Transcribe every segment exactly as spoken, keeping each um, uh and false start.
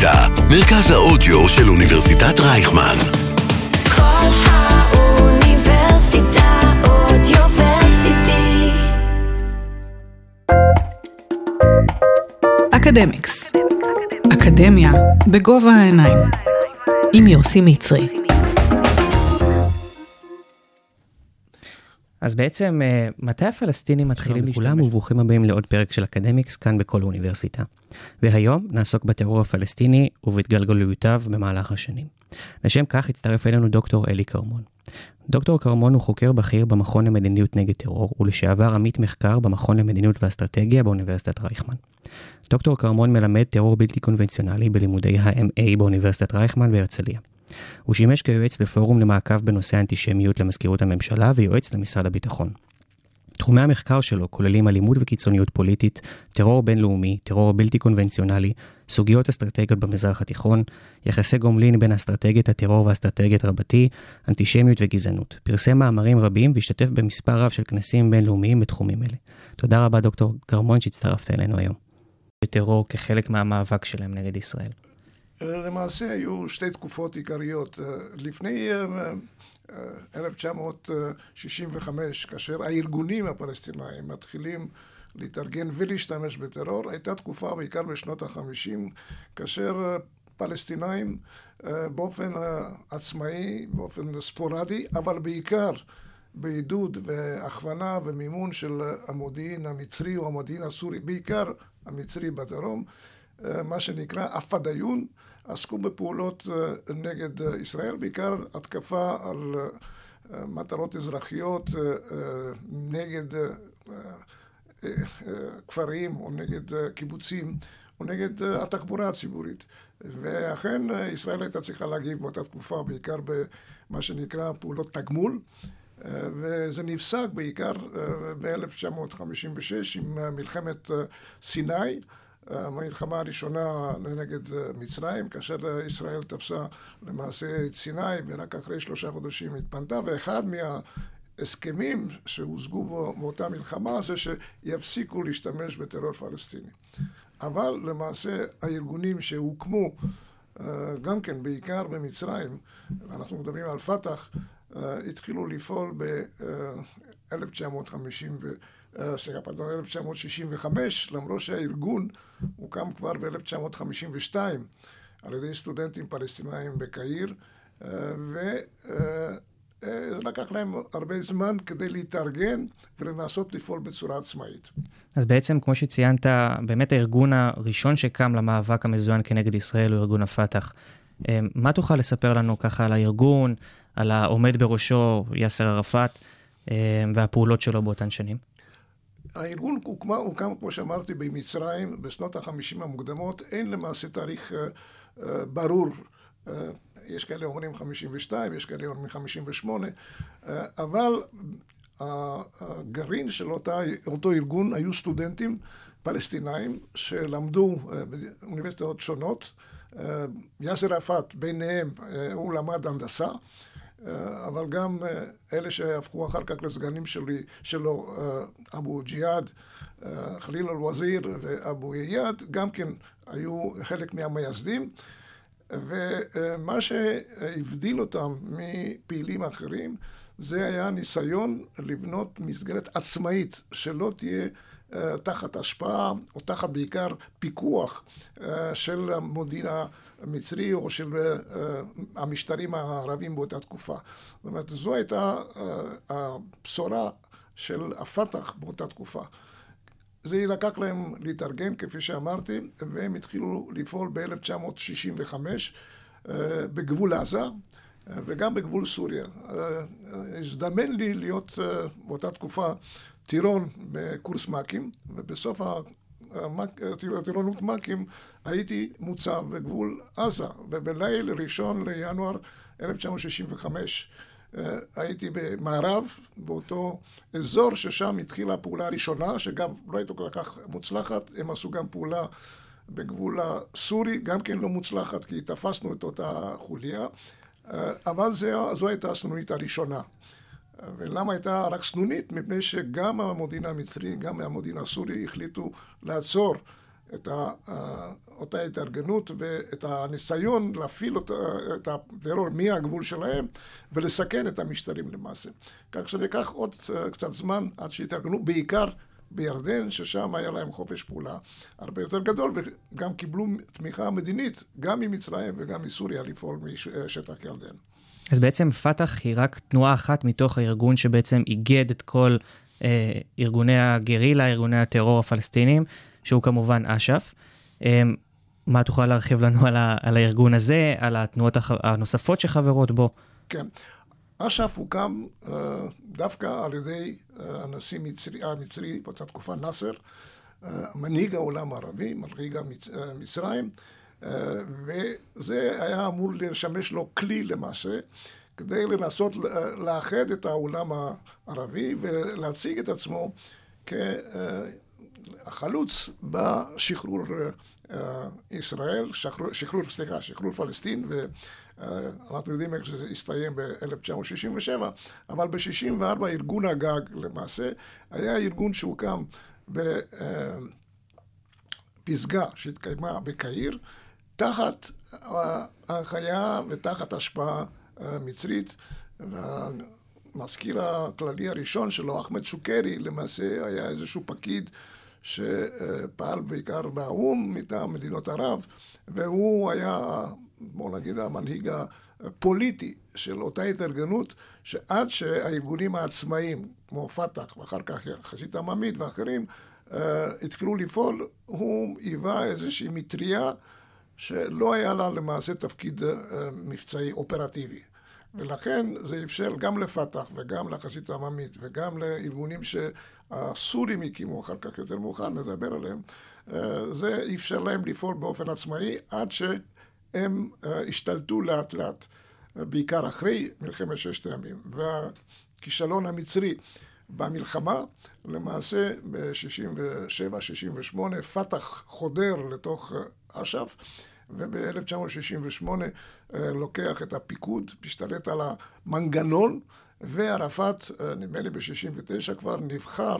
האוניברסיטה, מרכז האודיו של אוניברסיטת רייכמן. כל האוניברסיטה אודיוורסיטי. אקדמיקס. אקדמיה בגובה העיניים. עם יוסי מצרי. אז בעצם, מתי הפלסטינים מתחילים להשתמש? כולם וברוכים הבאים לעוד פרק של אקדמיקס כאן בכל האוניברסיטה. והיום נעסוק בטרור הפלסטיני ובהתגלגלויותיו במהלך השנים. לשם כך הצטרף אלינו דוקטור אלי קרמון. דוקטור קרמון הוא חוקר בכיר במכון למדיניות נגד טרור, ולשעבר עמית מחקר במכון למדיניות ואסטרטגיה באוניברסיטת רייכמן. דוקטור קרמון מלמד טרור בלתי קונבנציונלי בלימודי ה-אם איי באוניברסיטת רייכמן בהרצליה. הוא שימש כיועץ לפורום למעקב בנושא האנטישמיות למזכירות הממשלה ויועץ למשרד הביטחון. תחומי המחקר שלו כוללים אלימות וקיצוניות פוליטית, טרור בינלאומי, טרור בלתי קונבנציונלי, סוגיות אסטרטגיות במזרח התיכון, יחסי גומלין בין אסטרטגיית הטרור ואסטרטגיית רבתי, אנטישמיות וגזענות. פרסם מאמרים רבים והשתתף במספר רב של כנסים בינלאומיים בתחומים אלה. תודה רבה דוקטור קרמון שהצטרפת אלינו היום. בטרור כחלק מהמאבק שלהם נגד ישראל. למעשה היו שתי תקופות עיקריות. לפני אלף תשע מאות שישים וחמש, כאשר הארגונים הפלסטינאים מתחילים להתארגן ולהשתמש בטרור, הייתה תקופה בעיקר בשנות החמישים, כאשר פלסטינאים באופן עצמאי, באופן ספורדי, אבל בעיקר בעידוד והכוונה ומימון של המודיעין המצרי או המודיעין הסורי, בעיקר המצרי בדרום, מה שנקרא הפדאיון, עסקו בפעולות נגד ישראל, בעיקר התקפה על מטרות אזרחיות, נגד כפרים או נגד קיבוצים או נגד התחבורה הציבורית. ואכן ישראל הייתה צריכה להגיב באותה תקופה, בעיקר במה שנקרא פעולות תגמול, וזה נפסק בעיקר ב-אלף תשע מאות חמישים ושש עם מלחמת סיני, המלחמה הראשונה נגד מצרים, כאשר ישראל תפסה למעשה את סיני ורק אחרי שלושה חודשים התפנתה, ואחד מההסכמים שהושגו בו באותה מלחמה זה שיפסיקו להשתמש בטרור פלסטיני. אבל למעשה הארגונים שהוקמו גם כן בעיקר במצרים, אנחנו מדברים על פתח, התחילו לפעול ב-אלף תשע מאות חמישים ו... סליחה, פרדון, אלף תשע מאות שישים וחמש, למרות שהארגון הוקם כבר ב-אלף תשע מאות חמישים ושתיים על ידי סטודנטים פלסטינאים בקהיר, וזה לקח להם הרבה זמן כדי להתארגן ולנסות לפעול בצורה עצמאית. אז בעצם, כמו שציינת, באמת הארגון הראשון שקם למאבק המזוין כנגד ישראל הוא ארגון הפתח. מה תוכל לספר לנו ככה על הארגון, על העומד בראשו יאסר ערפאת והפעולות שלו באותן שנים? הארגון הוקם, הוקם, כמו שאמרתי, במצרים, בשנות החמישים המוקדמות. אין למעשה תאריך uh, uh, ברור. Uh, יש כאלה אומרים חמישים ושתיים, יש כאלה אומרים חמישים ושמונה, uh, אבל הגרעין של אותה, אותו ארגון היו סטודנטים פלסטינאים שלמדו uh, באוניברסיטאות שונות. Uh, יאסר ערפאת ביניהם, uh, הוא למד הנדסה, אבל גם אלה שהפכו אחר כך לסגנים שלי, שלו, אבו ג'יהאד, חליל אל-וזיר ואבו איאד, גם כן היו חלק מהמייסדים, ומה שהבדיל אותם מפעילים אחרים, זה היה ניסיון לבנות מסגרת עצמאית, שלא תהיה תחת השפעה, או תחת בעיקר פיקוח של המודיעין המצרי, או של המשטרים הערבים באותה תקופה. זאת אומרת, זו הייתה הבשורה של הפתח באותה תקופה. זה לקח להם להתארגן, כפי שאמרתי, והם התחילו לפעול ב-אלף תשע מאות שישים וחמש בגבול עזה, וגם בגבול סוריה. הזדמן לי להיות באותה תקופה טירון בקורס מקים, ובסוף הטירונות מקים הייתי מוצב בגבול עזה, ובליל ראשון לינואר אלף תשע מאות שישים וחמש הייתי במערב, באותו אזור ששם התחילה הפעולה הראשונה, שגם לא הייתה כל כך מוצלחת. הם עשו גם פעולה בגבול הסורי, גם כן לא מוצלחת, כי תפסנו את אותה חוליה, אבל זו, זו הייתה הסנונית הראשונה. ולמה הייתה רק סנונית? מפני שגם המודיעין המצרי, גם המודיעין הסורי, החליטו לעצור את אותה התארגנות ואת הניסיון להפעיל את הטרור מהגבול שלהם ולסכן את המשטרים למעשה. כך שניקח עוד קצת זמן עד שהתארגנו, בעיקר בירדן, ששם היה להם חופש פעולה הרבה יותר גדול, וגם קיבלו תמיכה מדינית, גם ממצרים וגם מסוריה, לפעול משטח ירדן. אז בעצם פתח היא רק תנועה אחת מתוך הארגון שבעצם איגד את כל אה, ארגוני הגרילה, ארגוני הטרור הפלסטינים, שהוא כמובן אש"ף. אה, מה תוכל להרחיב לנו על, ה, על הארגון הזה, על התנועות הח, הנוספות שחברות בו? כן. אש"ף הוקם uh, דווקא על ידי uh, הנשיא מצרי, המצרי, באותה תקופה נאסר, uh, מנהיג העולם הערבי, מנהיג המצ, uh, מצרים, uh, וזה היה אמור לשמש לו כלי למעשה, כדי לנסות לאחד את העולם הערבי ולהציג את עצמו כחלוץ בשחרור ישראל, שחרור, שחרור, סליחה, שחרור פלסטין, ואנחנו יודעים איך שזה הסתיים ב-אלף תשע מאות שישים ושבע, אבל ב-שישים וארבע ארגון הגג למעשה היה ארגון שהוקם בפסגה שהתקיימה בקהיר, תחת ההנחיה ותחת השפעה מצרית. והמזכיר הכללי הראשון שלו, אחמד שוקרי, למעשה היה איזשהו פקיד שפעל בעיקר באו"ם מטעם מדינות ערב, והוא היה, בוא נגיד, המנהיג הפוליטי של אותה התארגנות, שעד שהארגונים העצמאיים, כמו פתח ואחר כך חזית עממית ואחרים, התחילו לפעול, הוא היווה איזושהי מטריה שלא היה לה למעשה תפקיד מבצעי אופרטיבי. ולכן זה אפשר גם לפתח וגם לחזית העממית וגם לארגונים שהסורים הקימו אחר כך יותר מאוחר, נדבר עליהם, זה אפשר להם לפעול באופן עצמאי עד שהם השתלטו לאט לאט, בעיקר אחרי מלחמת ששת הימים. והכישלון המצרי במלחמה, למעשה ב-שישים ושבע שישים ושמונה, פתח חודר לתוך אש"ף, וב-אלף תשע מאות שישים ושמונה לוקח את הפיקוד, משתלט על המנגנון, וערפאת, נדמה לי ב-שישים ותשע, כבר נבחר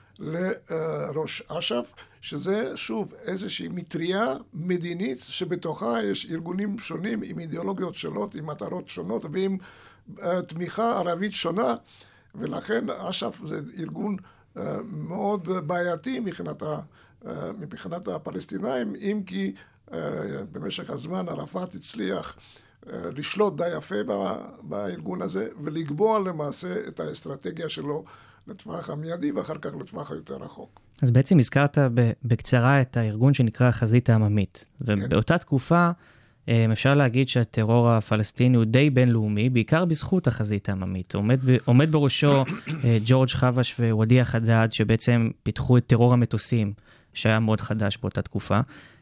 לראש אש"ף, שזה שוב איזושהי מטריה מדינית שבתוכה יש ארגונים שונים עם אידיאולוגיות שונות, עם מטרות שונות ועם תמיכה ערבית שונה, ולכן אש"ף זה ארגון מאוד בעייתי מבחינת, ה, מבחינת הפלסטינאים, אם כי במשך הזמן ערפאת הצליח לשלוט די יפה בארגון הזה ולקבוע למעשה את האסטרטגיה שלו לטווח המיידי ואחר כך לטווח היותר רחוק. אז בעצם הזכרת בקצרה את הארגון שנקרא החזית העממית, ובאותה תקופה אפשר להגיד שהטרור הפלסטיני הוא די בינלאומי, בעיקר בזכות החזית העממית. עומד, עומד בראשו ג'ורג' חבש וודיה חדד, שבעצם פיתחו את טרור המטוסים, שהיה מאוד חדש באותה תקופה.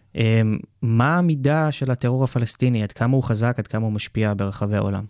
מה המידה של הטרור הפלסטיני? עד כמה הוא חזק, עד כמה הוא משפיע ברחבי העולם?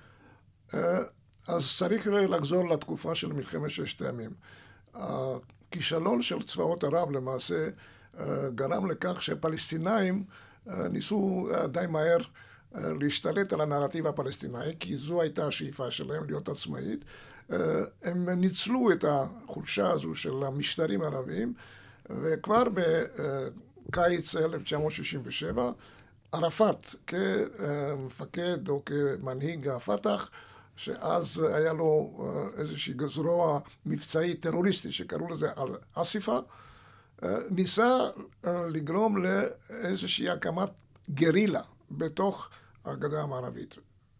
אז צריך לחזור לתקופה של מלחמת ששת הימים. הכישלון של צבאות ערב למעשה גרם לכך שפלסטינאים ניסו די מהר להשתלט על הנרטיב הפלסטיני, כי זו הייתה השאיפה שלהם להיות עצמאית. הם ניצלו את החולשה הזו של המשטרים הערביים, וכבר בקיץ אלף תשע מאות שישים ושבע, ערפאת כמפקד או כמנהיג הפתח, שאז היה לו איזושהי זרוע מבצעית טרוריסטית שקראו לזה אסיפה, ניסה לגרום לאיזושהי הקמת גרילה בתוך הגדה המערבית.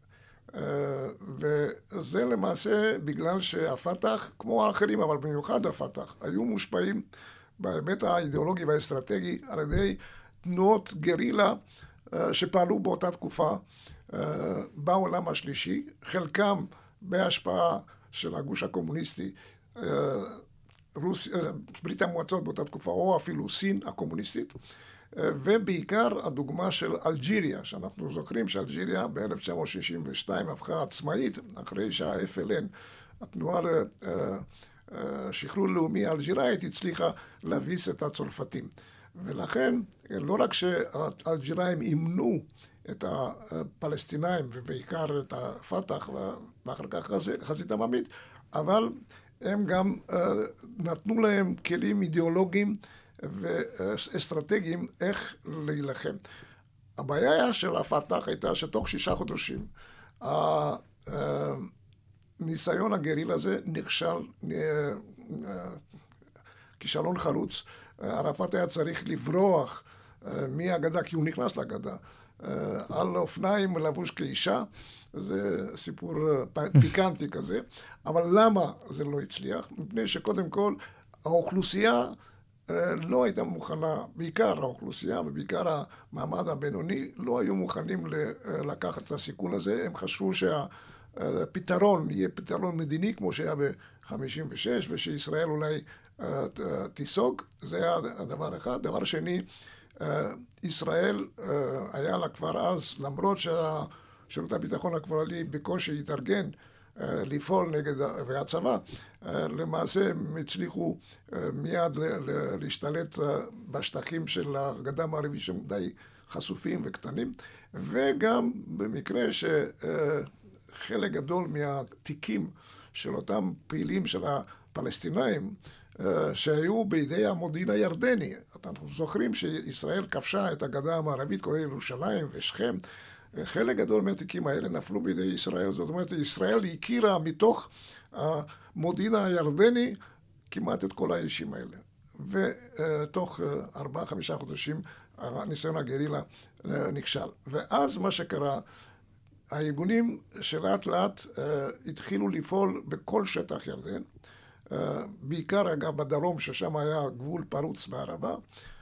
וזה למעשה בגלל שהפתח, כמו האחרים, אבל במיוחד הפתח, היו מושפעים בהיבט האידיאולוגי והאסטרטגי על ידי תנועות גרילה שפעלו באותה תקופה בעולם השלישי, חלקם בהשפעה של הגוש הקומוניסטי, רוסיה, ברית המועצות באותה תקופה, או אפילו סין הקומוניסטית, ובעיקר הדוגמה של אלג'יריה, שאנחנו זוכרים שאלג'יריה ב-אלף תשע מאות שישים ושתיים הפכה עצמאית, אחרי שה-אף אל אן, התנועה לשחרור לאומי האלג'יראית, הצליחה להביס את הצרפתים. ולכן, לא רק שהאלג'יראים אימנו את הפלסטינאים, ובעיקר את הפתח, ואחר כך חזית עממית, אבל הם גם uh, נתנו להם כלים אידיאולוגיים ואסטרטגיים איך להילחם. הבעיה של הפתח הייתה שתוך שישה חודשים, הניסיון הגרילה הזה נכשל, כישלון חרוץ. ערפאת היה צריך לברוח מהגדה, כי הוא נכנס לגדה, על אופניים לבוש כאישה, זה סיפור פיקנטי כזה, אבל למה זה לא הצליח? מפני שקודם כל האוכלוסייה לא הייתה מוכנה, בעיקר האוכלוסייה ובעיקר המעמד הבינוני, לא היו מוכנים לקחת את הסיכון הזה. הם חשבו שהפתרון יהיה פתרון מדיני כמו שהיה ב-חמישים ושש, ושישראל אולי תיסוג. זה היה הדבר אחד. דבר שני, ישראל היה לה כבר אז, למרות ששירות הביטחון הכללי בקושי התארגן לפעול נגד, והצבא, למעשה הם הצליחו מיד להשתלט בשטחים של הגדה המערבית שהם די חשופים וקטנים, וגם במקרה שחלק גדול מהתיקים של אותם פעילים של הפלסטינאים שהיו בידי המודיעין הירדני. אנחנו זוכרים שישראל כבשה את הגדה המערבית, כולל ירושלים ושכם, חלק גדול מהתיקים האלה נפלו בידי ישראל. זאת אומרת, ישראל הכירה מתוך המודיעין הירדני כמעט את כל האישים האלה. ותוך ארבעה, חמישה חודשים הניסיון הגרילה נכשל. ואז מה שקרה, הארגונים שלאט לאט התחילו לפעול בכל שטח ירדן, בעיקר אגב בדרום, ששם היה גבול פרוץ בערבה.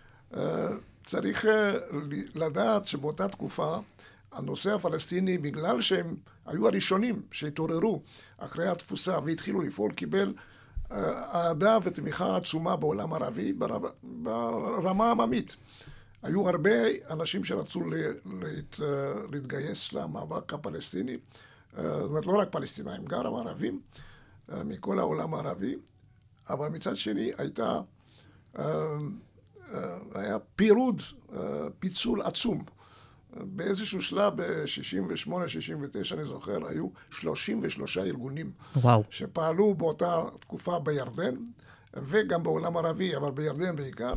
צריך לדעת שבאותה תקופה הנושא הפלסטיני, בגלל שהם היו הראשונים שהתעוררו אחרי התפוסה והתחילו לפעול, קיבל אהדה ותמיכה עצומה בעולם הערבי ברמה עממית. היו הרבה אנשים שרצו להת, להתגייס למאבק הפלסטיני, זאת אומרת לא רק פלסטינאים, גם ערבים מכל העולם הערבי, אבל מצד שני הייתה, היה פירוד, פיצול עצום. באיזשהו שלב, ב-שישים ושמונה שישים ותשע, אני זוכר, היו שלושים ושלושה ארגונים. וואו. שפעלו באותה תקופה בירדן, וגם בעולם הערבי, אבל בירדן בעיקר.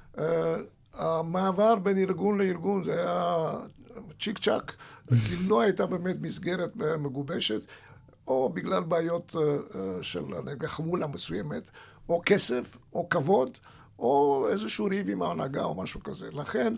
המעבר בין ארגון לארגון זה היה צ'יק צ'ק, כי לא הייתה באמת מסגרת מגובשת, או בגלל בעיות של חמולה מסוימת, או כסף, או כבוד, או איזשהו ריב עם ההנהגה או משהו כזה. לכן,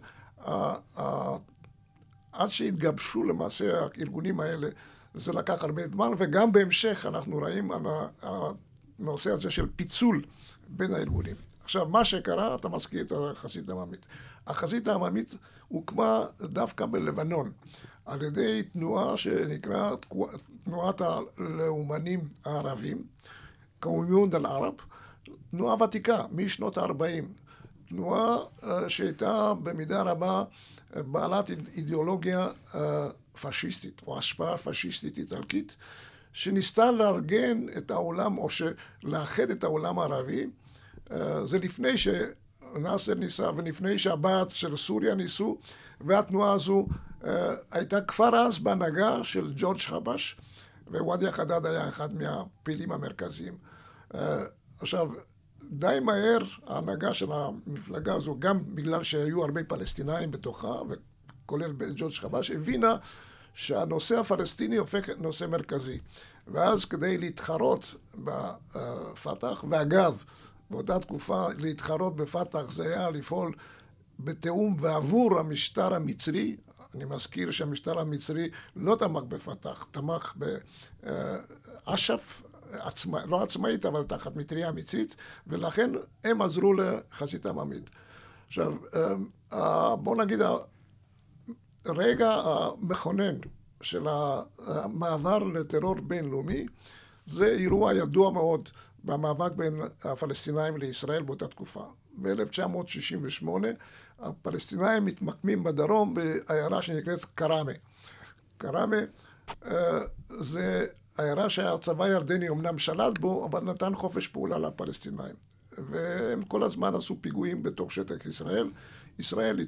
עד שהתגבשו למעשה הארגונים האלה, זה לקח הרבה זמן, וגם בהמשך אנחנו רואים על הנושא הזה של פיצול בין הארגונים. עכשיו, מה שקרה, אתה מזכיר את החזית העממית. החזית העממית הוקמה דווקא בלבנון, על ידי תנועה שנקרא תנועת הלאומנים הערבים, קומיון דל ערב, תנועה ותיקה, משנות ה-ארבעים. תנועה שהייתה במידה רבה בעלת אידיאולוגיה פשיסטית, או השפעה פשיסטית איטלקית, שניסתה לארגן את העולם, או לאחד את העולם הערבי. זה לפני שנאסר ניסה, ולפני שהבעט של סוריה ניסו, והתנועה הזו הייתה כבר אז בהנהגה של ג'ורג' חבש, וואדי חדד היה אחד מהפעילים המרכזיים. עכשיו, די מהר ההנהגה של המפלגה הזו, גם בגלל שהיו הרבה פלסטינאים בתוכה, וכולל ג'ורג' חבש, הבינה שהנושא הפלסטיני הופך נושא מרכזי. ואז כדי להתחרות בפתח, ואגב, באותה תקופה להתחרות בפתח זה היה לפעול בתאום ועבור המשטר המצרי. אני מזכיר שהמשטר המצרי לא תמך בפתח, תמך באש"ף, עצמא, לא עצמאית, אבל תחת מטריה מצרית, ולכן הם עזרו לחזית העממית. עכשיו, בואו נגיד, הרגע המכונן של המעבר לטרור בינלאומי, זה אירוע ידוע מאוד במאבק בין הפלסטינאים לישראל באותה תקופה. ב-אלף תשע מאות שישים ושמונה הפלסטינאים מתמקמים בדרום בעיירה שנקראת קראמה. קראמה זה העיירה שהצבא הירדני אמנם שלט בו, אבל נתן חופש פעולה לפלסטינאים. והם כל הזמן עשו פיגועים בתוך שטח ישראל. ישראל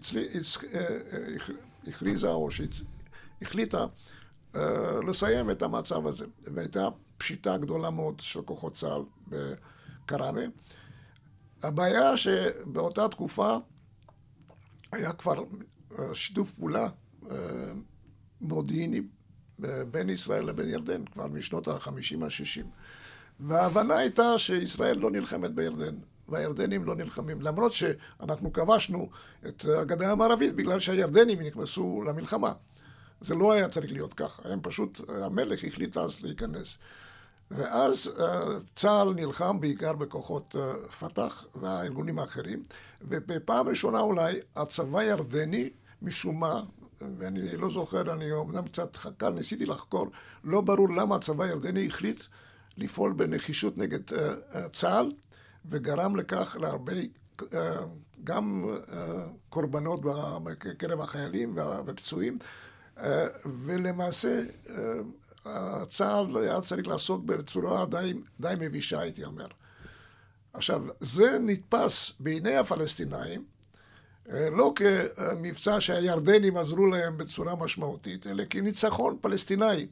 הכריזה או שהחליטה לסיים את המצב הזה. והייתה פשיטה גדולה מאוד של כוחות צה"ל בקראמה. הבעיה שבאותה תקופה היה כבר שיתוף פעולה מודיעיני בין ישראל לבין ירדן, כבר משנות ה-חמישים ה-שישים. וההבנה הייתה שישראל לא נלחמת בירדן, והירדנים לא נלחמים. למרות שאנחנו כבשנו את הגדה המערבית בגלל שהירדנים נכנסו למלחמה. זה לא היה צריך להיות ככה. הם פשוט, המלך החליט אז להיכנס. ואז צה"ל נלחם בעיקר בכוחות פתח והארגונים האחרים, ובפעם ראשונה אולי הצבא הירדני משום מה, ואני לא זוכר, אני אומנם קצת חקר, ניסיתי לחקור, לא ברור למה הצבא הירדני החליט לפעול בנחישות נגד צה"ל, וגרם לכך להרבה גם קורבנות בקרב החיילים והפצועים, ולמעשה צה"ל היה צריך לעסוק בצורה די, די מבישה, הייתי אומר. עכשיו, זה נתפס בעיני הפלסטינאים, לא כמבצע שהירדנים עזרו להם בצורה משמעותית, אלא כניצחון פלסטיני.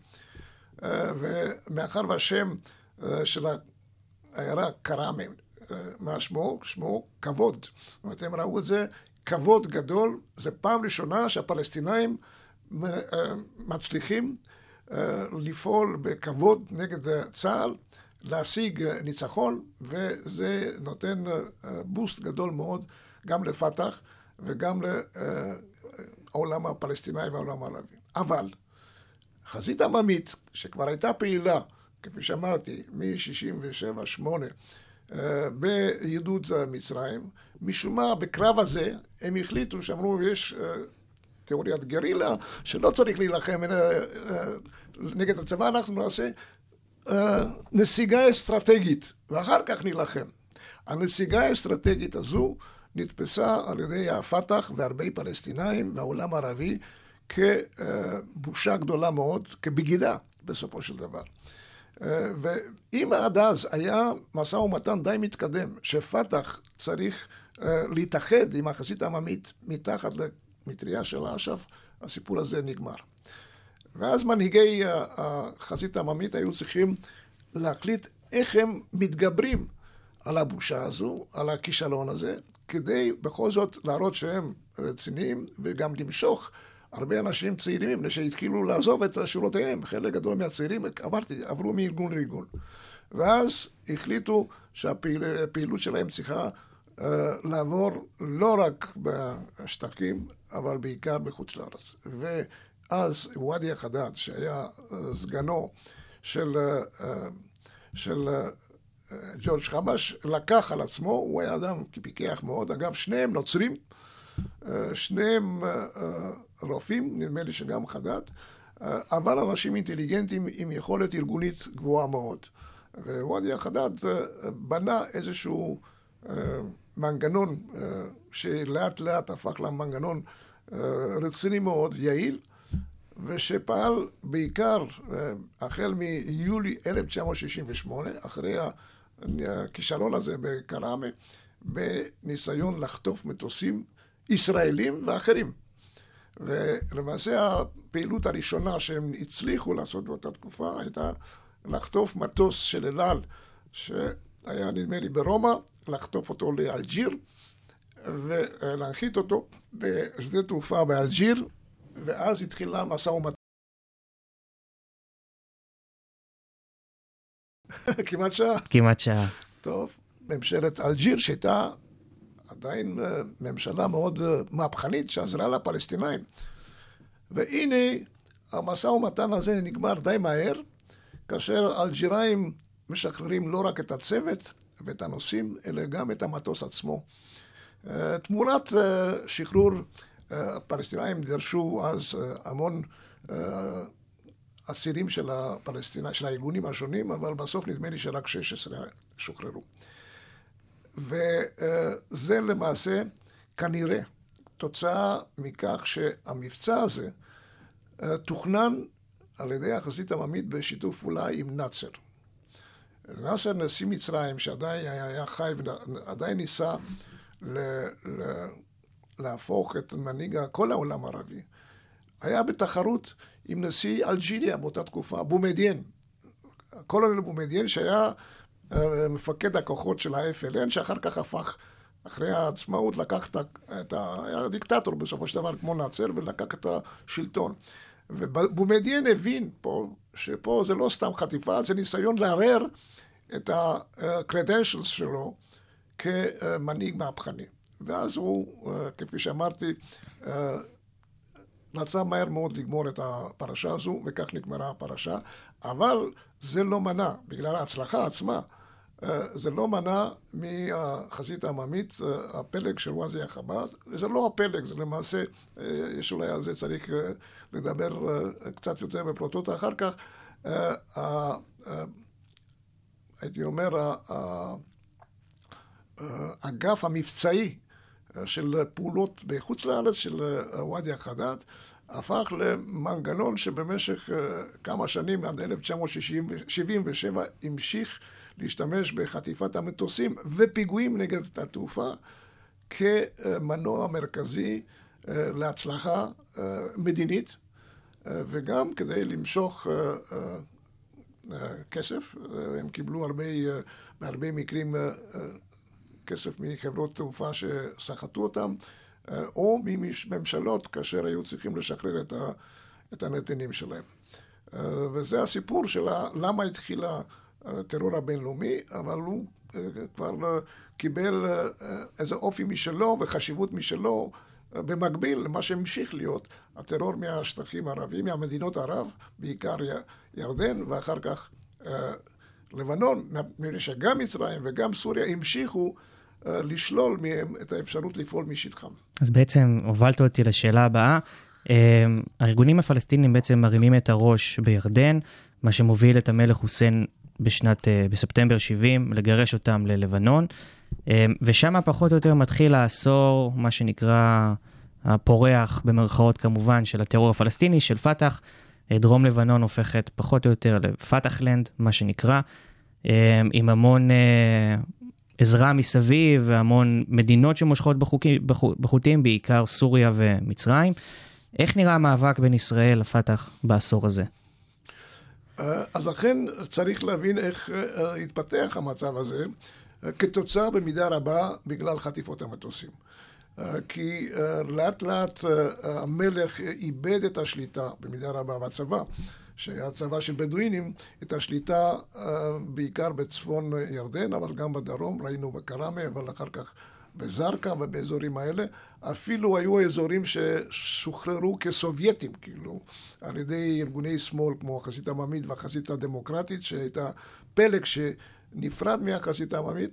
ומאחר והשם של העיירה קראמה, מה שמו? שמו כבוד. ואתם ראו את זה, כבוד גדול, זה פעם ראשונה שהפלסטינאים מצליחים לפעול בכבוד נגד צה"ל, להשיג ניצחון, וזה נותן בוסט גדול מאוד גם לפתח וגם לעולם הפלסטיני והעולם הערבי. אבל חזית עממית, שכבר הייתה פעילה, כפי שאמרתי, מ-שישים ושבע שמונה, ביהדות מצרים, משום מה בקרב הזה הם החליטו שאמרו יש תיאוריית גרילה שלא צריך להילחם נגד הצבא, אנחנו נעשה נסיגה אסטרטגית ואחר כך נילחם. הנסיגה האסטרטגית הזו נתפסה על ידי הפתח והרבה פלסטינאים והעולם הערבי כבושה גדולה מאוד, כבגידה בסופו של דבר. ואם עד אז היה משא ומתן די מתקדם, שפתח צריך להתאחד עם החזית העממית מתחת למטריה של אש"ף, הסיפור הזה נגמר. ואז מנהיגי החזית העממית היו צריכים להחליט איך הם מתגברים על הבושה הזו, על הכישלון הזה, כדי בכל זאת להראות שהם רציניים וגם למשוך הרבה אנשים צעירים שהתחילו לעזוב את שורותיהם. חלק גדול מהצעירים עברתי, עברו מארגון לארגון. ואז החליטו שהפעילות שלהם צריכה uh, לעבור לא רק בשטחים, אבל בעיקר בחוץ לארץ. ואז וואדי חדד, שהיה uh, סגנו של, uh, של uh, ג'ורג' חמאש, לקח על עצמו, הוא היה אדם פיקח מאוד, אגב שניהם נוצרים, uh, שניהם uh, רופאים, נדמה לי שגם חדד, אבל אנשים אינטליגנטים עם יכולת ארגונית גבוהה מאוד. ווואדי חדד בנה איזשהו מנגנון שלאט לאט הפך למנגנון רציני מאוד, יעיל, ושפעל בעיקר החל מיולי אלף תשע מאות שישים ושמונה, אחרי הכישלון הזה בקראמה, בניסיון לחטוף מטוסים ישראלים ואחרים. ולמעשה הפעילות הראשונה שהם הצליחו לעשות באותה תקופה הייתה לחטוף מטוס של אל על שהיה נדמה לי ברומא, לחטוף אותו לאלג'יר ולהנחית אותו בשדה תעופה באלג'יר, ואז התחילה משא ומתן. כמעט שעה. כמעט שעה. טוב, ממשלת אלג'יר שהייתה עדיין ממשלה מאוד מהפכנית שעזרה לפלסטינאים. והנה המשא ומתן הזה נגמר די מהר, כאשר אלג'יראים משחררים לא רק את הצוות ואת הנוסעים, אלא גם את המטוס עצמו. תמורת שחרור הפלסטינאים דרשו אז המון אסירים של הפלסטינאים, של הארגונים השונים, אבל בסוף נדמה לי שרק שש עשרה שוחררו. וזה למעשה כנראה תוצאה מכך שהמבצע הזה תוכנן על ידי החזית העממית בשיתוף פעולה עם נאצר. נאצר נשיא מצרים שעדיין היה חי ועדיין ניסה ל- ל- להפוך את מנהיג כל העולם הערבי, היה בתחרות עם נשיא אלג'יריה באותה תקופה, בומדיין. קולונל בומדיין שהיה מפקד הכוחות של ה-אף אל אן, שאחר כך הפך, אחרי העצמאות, לקח את הדיקטטור בסופו של דבר, כמו נאצר, ולקח את השלטון. ובומדיין הבין פה, שפה זה לא סתם חטיפה, זה ניסיון לערער את ה-credentials שלו כמנהיג מהפכני. ואז הוא, כפי שאמרתי, רצה מהר מאוד לגמור את הפרשה הזו, וכך נגמרה הפרשה, אבל זה לא מנע, בגלל ההצלחה עצמה, זה לא מנע מהחזית העממית, הפלג של וואזי החב"ד, וזה לא הפלג, זה למעשה, יש אולי על זה צריך לדבר קצת יותר בפרוטות אחר כך, הייתי אומר, האגף המבצעי של פעולות בחוץ לארץ, של וואדי החדד, הפך למנגנון שבמשך כמה שנים, עד אלף תשע מאות שבעים ושבע, המשיך להשתמש בחטיפת המטוסים ופיגועים נגד התעופה כמנוע מרכזי להצלחה מדינית, וגם כדי למשוך כסף. הם קיבלו הרבה, בהרבה מקרים כסף מחברות תעופה שסחטו אותם, או מממשלות כאשר היו צריכים לשחרר את, ה, את הנתינים שלהם. וזה הסיפור של למה התחילה הטרור הבינלאומי, אבל הוא כבר קיבל איזה אופי משלו וחשיבות משלו, במקביל למה שהמשיך להיות הטרור מהשטחים הערביים, מהמדינות ערב, בעיקר ירדן, ואחר כך לבנון, מפני שגם מצרים וגם סוריה המשיכו לשלול מהם את האפשרות לפעול משטחם. אז בעצם הובלת אותי לשאלה הבאה. הארגונים הפלסטינים בעצם מרימים את הראש בירדן, מה שמוביל את המלך חוסיין בשנת, בספטמבר שבעים, לגרש אותם ללבנון, ושם פחות או יותר מתחיל העשור, מה שנקרא הפורח במרכאות כמובן, של הטרור הפלסטיני, של פתח. דרום לבנון הופכת פחות או יותר לפתחלנד, מה שנקרא, עם המון עזרה מסביב, והמון מדינות שמושכות בחוטים, בעיקר סוריה ומצרים. איך נראה המאבק בין ישראל לפתח בעשור הזה? אז אכן צריך להבין איך התפתח המצב הזה, כתוצאה במידה רבה בגלל חטיפות המטוסים. כי לאט לאט המלך איבד את השליטה במידה רבה בצבא, שהיה צבא של בדואינים, את השליטה בעיקר בצפון ירדן, אבל גם בדרום, ראינו בקרמה, אבל אחר כך בזרקה ובאזורים האלה. אפילו היו אזורים ששוחררו כסובייטים, כאילו, על ידי ארגוני שמאל, כמו החזית העממית והחזית הדמוקרטית, שהייתה פלג שנפרד מהחזית העממית,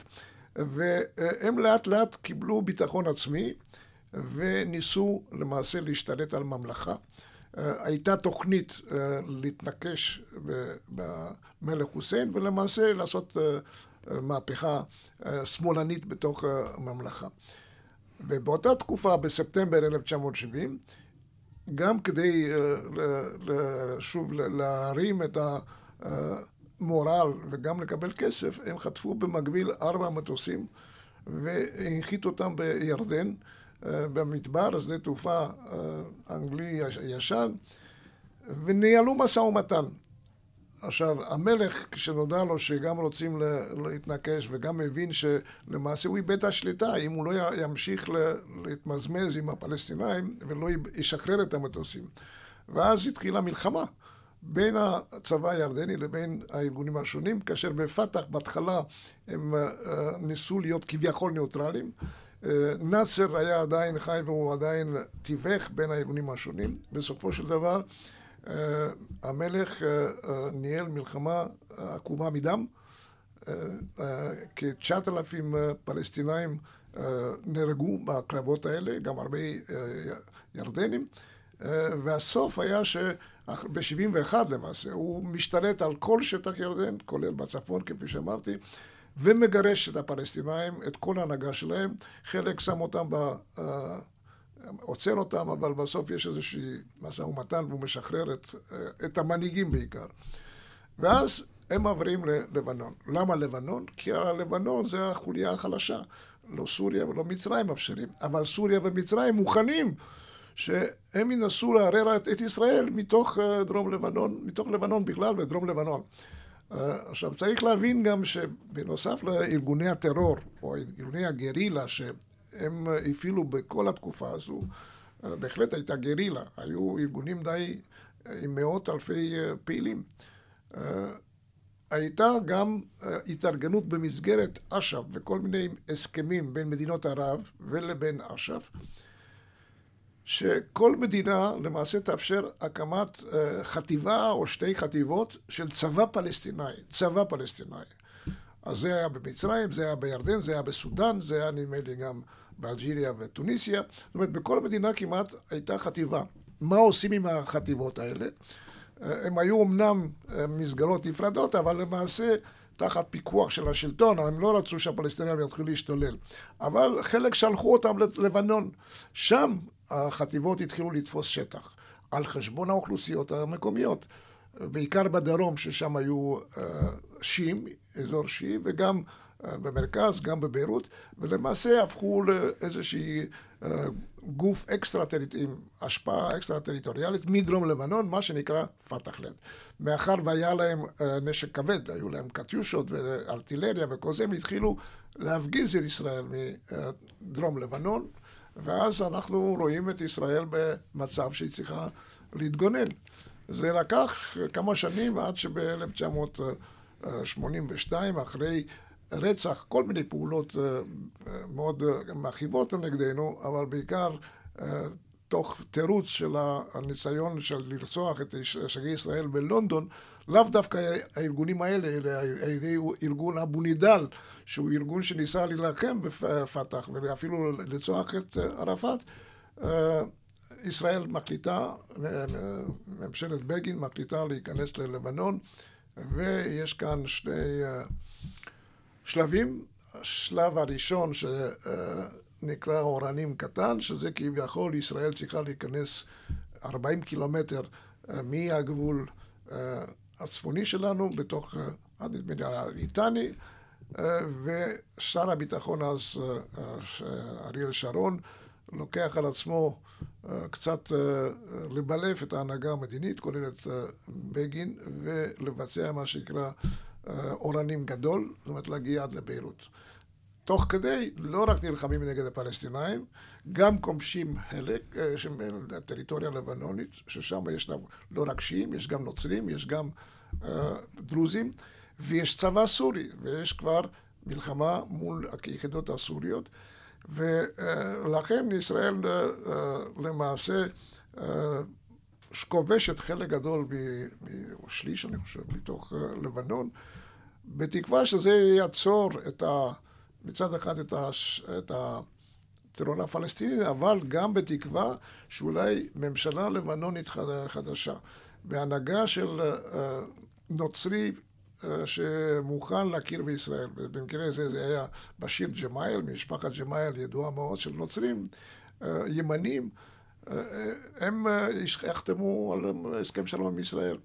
והם לאט לאט קיבלו ביטחון עצמי, וניסו למעשה להשתלט על ממלכה. הייתה תוכנית להתנקש במלך חוסיין, ולמעשה לעשות מהפכה שמאלנית בתוך הממלכה. ובאותה תקופה, בספטמבר אלף תשע מאות שבעים, גם כדי שוב להרים את המורל וגם לקבל כסף, הם חטפו במקביל ארבע מטוסים והנחיתו אותם בירדן, במדבר, שדה תעופה אנגלי ישן, וניהלו משא ומתן. עכשיו, המלך, כשנודע לו שגם רוצים להתנקש וגם מבין שלמעשה הוא איבד את השליטה, אם הוא לא ימשיך להתמזמז עם הפלסטינאים ולא ישחרר את המטוסים. ואז התחילה מלחמה בין הצבא הירדני לבין הארגונים השונים, כאשר בפתח בהתחלה הם ניסו להיות כביכול ניאוטרליים. נאצר היה עדיין חי והוא עדיין תיווך בין הארגונים השונים. בסופו של דבר, המלך ניהל מלחמה עקומה מדם. כ-תשעת אלפים פלסטינאים נהרגו בקרבות האלה, גם הרבה ירדנים. והסוף היה שב-שבעים ואחת למעשה הוא משתלט על כל שטח ירדן, כולל בצפון כפי שאמרתי, ומגרש את הפלסטינאים, את כל ההנהגה שלהם. חלק שם אותם, ב, עוצר אותם, אבל בסוף יש איזושהי משא ומתן והוא משחרר את, את המנהיגים בעיקר. ואז הם עוברים ללבנון. למה לבנון? כי הלבנון זה החוליה החלשה. לא סוריה ולא מצרים אפשרים. אבל סוריה ומצרים מוכנים שהם ינסו לערער את ישראל מתוך דרום לבנון, מתוך לבנון בכלל ודרום לבנון. עכשיו, צריך להבין גם שבנוסף לארגוני הטרור, או ארגוני הגרילה, שהם הפעילו בכל התקופה הזו, בהחלט הייתה גרילה. היו ארגונים די עם מאות אלפי פעילים. הייתה גם התארגנות במסגרת אש"ף וכל מיני הסכמים בין מדינות ערב ולבין אש"ף, שכל מדינה למעשה תאפשר הקמת חטיבה או שתי חטיבות של צבא פלסטיני, צבא פלסטיני. אז זה היה במצרים, זה היה בירדן, זה היה בסודן, זה היה נדמה לי גם באלג'יריה וטוניסיה. זאת אומרת, בכל מדינה כמעט הייתה חטיבה. מה עושים עם החטיבות האלה? הם היו אמנם מסגרות נפרדות, אבל למעשה תחת פיקוח של השלטון, הם לא רצו שהפלסטינים יתחילו להשתולל. אבל חלק שלחו אותם ללבנון. שם החטיבות התחילו לתפוס שטח, על חשבון האוכלוסיות המקומיות. בעיקר בדרום, ששם היו שיעים, אזור שיעי, וגם במרכז, גם בביירות, ולמעשה הפכו לאיזושהי גוף אקסטרה, עם השפעה אקסטרה טריטוריאלית מדרום לבנון, מה שנקרא פתח-לד. מאחר והיה להם נשק כבד, היו להם קטיושות וארטילריה וכל זה, הם התחילו להפגיז את ישראל מדרום לבנון, ואז אנחנו רואים את ישראל במצב שהיא צריכה להתגונן. זה לקח כמה שנים עד שב-אלף תשע מאות שמונים ושתיים, אחרי רצח, כל מיני פעולות מאוד מרחיבות נגדנו, אבל בעיקר תוך תירוץ של הניסיון של לרצוח את שגריר ישראל בלונדון, לאו דווקא הארגונים האלה, אלא ארגון אבו נידאל, שהוא ארגון שניסה להילחם בפתח ואפילו לרצוח את ערפאת. ישראל מחליטה, ממשלת בגין מחליטה להיכנס ללבנון, ויש כאן שני שלבים. השלב הראשון שנקרא אורנים קטן, שזה כביכול ישראל צריכה להיכנס ארבעים קילומטר מהגבול הצפוני שלנו, בתוך הליטני, ושר הביטחון אז, אריאל שרון, לוקח על עצמו קצת לבלף את ההנהגה המדינית, כולל את בגין, ולבצע מה שנקרא אורנים גדול, זאת אומרת להגיע עד לביירות. תוך כדי לא רק נלחמים נגד הפלסטינאים, גם כובשים חלק של הטריטוריה הלבנונית, ששם יש לא רק שיעים, יש גם נוצרים, יש גם דרוזים, ויש צבא סורי, ויש כבר מלחמה מול היחידות הסוריות, ולכן ישראל למעשה כובשת חלק גדול, שליש אני חושב, מתוך לבנון, בתקווה שזה יעצור את ה, מצד אחד את, ה, את הטרור הפלסטיני, אבל גם בתקווה שאולי ממשלה לבנונית חדשה, בהנהגה של נוצרי שמוכן להכיר בישראל. במקרה הזה זה היה בשיר ג'מאייל, משפחת ג'מאייל ידועה מאוד של נוצרים ימנים, הם יחתמו על הסכם שלום עם ישראל.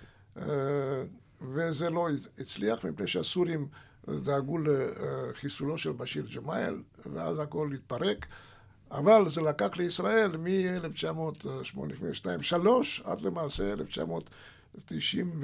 וזה לא הצליח, מפני שהסורים דאגו לחיסולו של בשיר ג'מאייל, ואז הכל התפרק. אבל זה לקח לישראל מ-אלף תשע מאות שמונים ושתיים שלוש עד למעשה אלף תשע מאות תשעים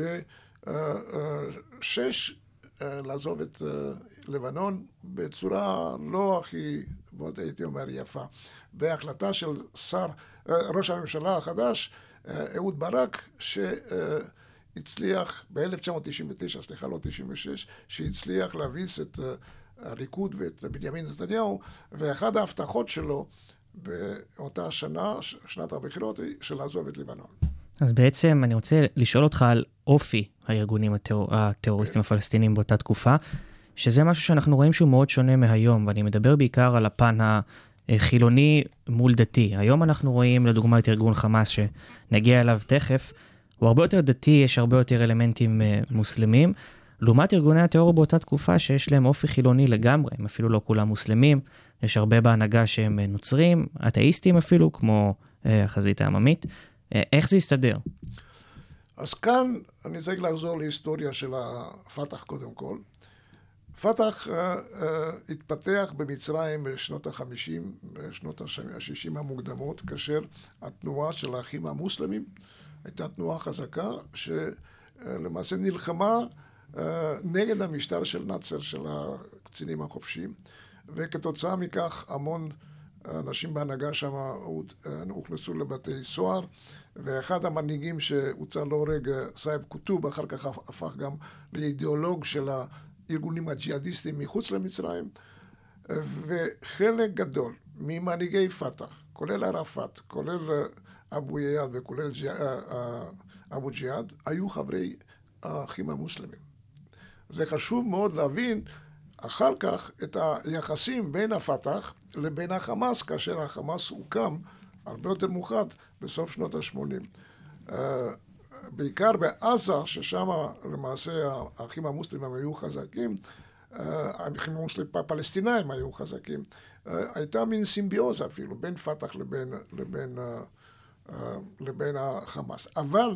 ושש לעזוב את לבנון בצורה לא הכי, מאוד הייתי אומר, יפה. בהחלטה של שר, ראש הממשלה החדש, אהוד ברק, שהצליח ב-אלף תשע מאות תשעים ותשע, סליחה, לא תשעים ושש, שהצליח להביס את הליכוד ואת בנימין נתניהו, ואחת ההבטחות שלו באותה שנה, שנת הבחירות, היא של לעזוב את לבנון. אז בעצם אני רוצה לשאול אותך על אופי הארגונים הטרור, הטרוריסטים הפלסטינים באותה תקופה, שזה משהו שאנחנו רואים שהוא מאוד שונה מהיום, ואני מדבר בעיקר על הפן החילוני מול דתי. היום אנחנו רואים לדוגמה את ארגון חמאס שנגיע אליו תכף, הוא הרבה יותר דתי, יש הרבה יותר אלמנטים מוסלמים, לעומת ארגוני הטרור באותה תקופה שיש להם אופי חילוני לגמרי, הם אפילו לא כולם מוסלמים, יש הרבה בהנהגה שהם נוצרים, אתאיסטים אפילו, כמו החזית העממית. איך זה יסתדר? אז כאן אני צריך לחזור להיסטוריה של הפתח קודם כל. פתח uh, uh, התפתח במצרים בשנות ה-חמישים, בשנות ה-שישים המוקדמות, כאשר התנועה של האחים המוסלמים הייתה תנועה חזקה, שלמעשה נלחמה נגד המשטר של נאצר, של הקצינים החופשיים, וכתוצאה מכך המון אנשים בהנהגה שם הוכנסו לבתי סוהר, ואחד המנהיגים שהוצא להורג, סייב קוטוב, אחר כך הפך גם לאידיאולוג של הארגונים הג'יהאדיסטיים מחוץ למצרים, וחלק גדול ממנהיגי פתח, כולל ערפאת, כולל אבו יעד וכולל אבו ג'יהאד, היו חברי האחים המוסלמים. זה חשוב מאוד להבין אחר כך את היחסים בין הפתח לבין החמאס, כאשר החמאס הוקם הרבה יותר מאוחר בסוף שנות ה-שמונים. בעיקר בעזה, ששם למעשה האחים המוסלמים היו חזקים, האחים המוסלמים הפלסטינאים היו חזקים, הייתה מין סימביוזה אפילו בין פתח לבין, לבין, לבין החמאס. אבל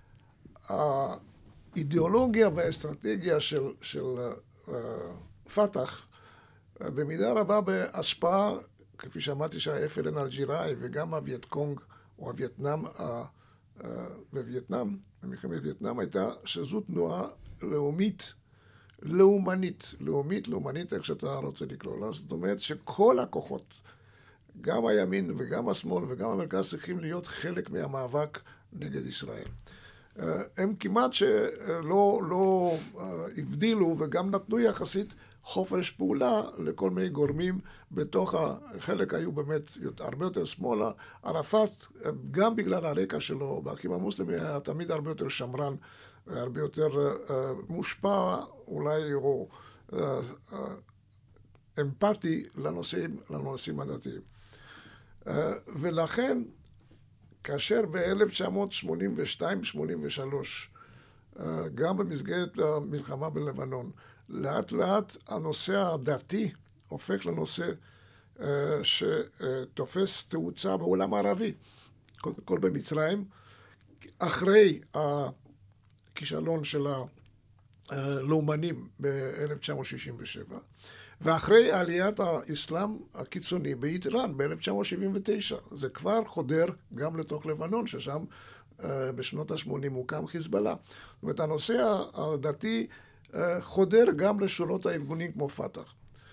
האידיאולוגיה והאסטרטגיה של, של פתח במידה רבה בהשפעה, כפי שאמרתי שהאף אל אן אלג'יראי וגם הווייט קונג או הווייטנאם, בווייטנאם, במלחמת וייטנאם הייתה שזו תנועה לאומית, לאומנית, לאומית, לאומנית, איך שאתה רוצה לקרוא לה. זאת אומרת שכל הכוחות, גם הימין וגם השמאל וגם המרכז, צריכים להיות חלק מהמאבק נגד ישראל. הם כמעט שלא לא הבדילו וגם נתנו יחסית חופש פעולה לכל מיני גורמים בתוך החלק, היו באמת הרבה יותר שמאלה. ערפאת, גם בגלל הרקע שלו באחים המוסלמים, היה תמיד הרבה יותר שמרן, הרבה יותר uh, מושפע אולי או uh, uh, אמפתי לנושאים, לנושאים הדתיים. Uh, ולכן, כאשר ב-אלף תשע מאות שמונים ושתיים שמונים ושלוש, uh, גם במסגרת המלחמה בלבנון, לאט לאט הנושא הדתי הופך לנושא uh, שתופס תאוצה בעולם הערבי. קודם כל במצרים, אחרי הכישלון של הלאומנים ב-אלף תשע מאות שישים ושבע, ואחרי עליית האסלאם הקיצוני באיראן ב-אלף תשע מאות שבעים ותשע. זה כבר חודר גם לתוך לבנון, ששם uh, בשנות ה-שמונים הוקם חיזבאללה. זאת אומרת, הנושא הדתי חודר גם לשורות הארגונים כמו פתח.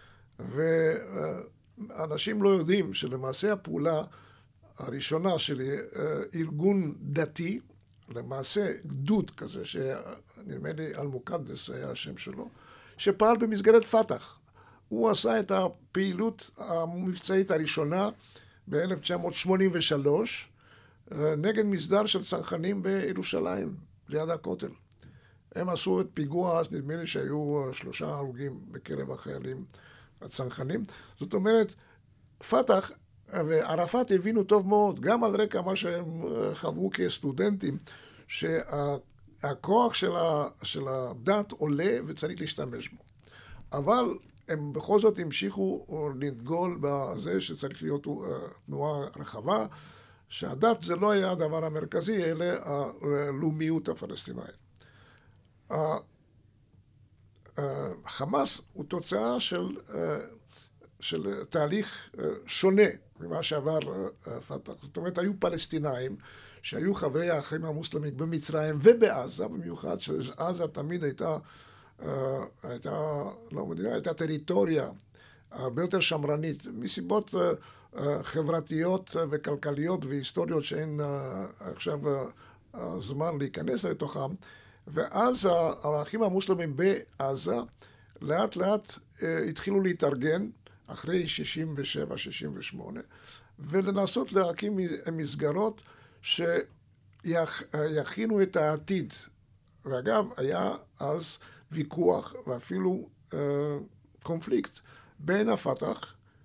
ואנשים לא יודעים שלמעשה הפעולה הראשונה של ארגון דתי, למעשה גדוד כזה, שנדמה לי אל-מוקדס היה השם שלו, שפעל במסגרת פתח. הוא עשה את הפעילות המבצעית הראשונה ב-אלף תשע מאות שמונים ושלוש נגד מסדר של צנחנים בירושלים, ליד הכותל. הם עשו את פיגוע, אז נדמה לי שהיו שלושה הרוגים בקרב החיילים הצנחנים. זאת אומרת, פתח וערפאת הבינו טוב מאוד, גם על רקע מה שהם חוו כסטודנטים, שהכוח של, ה, של הדת עולה וצריך להשתמש בו. אבל הם בכל זאת המשיכו לדגול בזה שצריך להיות תנועה רחבה, שהדת זה לא היה הדבר המרכזי, אלא הלאומיות הפלסטינאית. החמאס הוא תוצאה של, של תהליך שונה ממה שעבר פתח. זאת אומרת, היו פלסטינאים שהיו חברי האחים המוסלמים במצרים ובעזה, במיוחד שעזה תמיד הייתה, הייתה, לא מדינה, הייתה טריטוריה הרבה יותר שמרנית, מסיבות חברתיות וכלכליות והיסטוריות שאין עכשיו זמן להיכנס לתוכם. ואז האחים המוסלמים בעזה לאט לאט התחילו להתארגן אחרי שישים ושבע שישים ושמונה ולנסות להקים מסגרות שיכינו את העתיד. ואגב, היה אז ויכוח ואפילו קונפליקט בין הפתח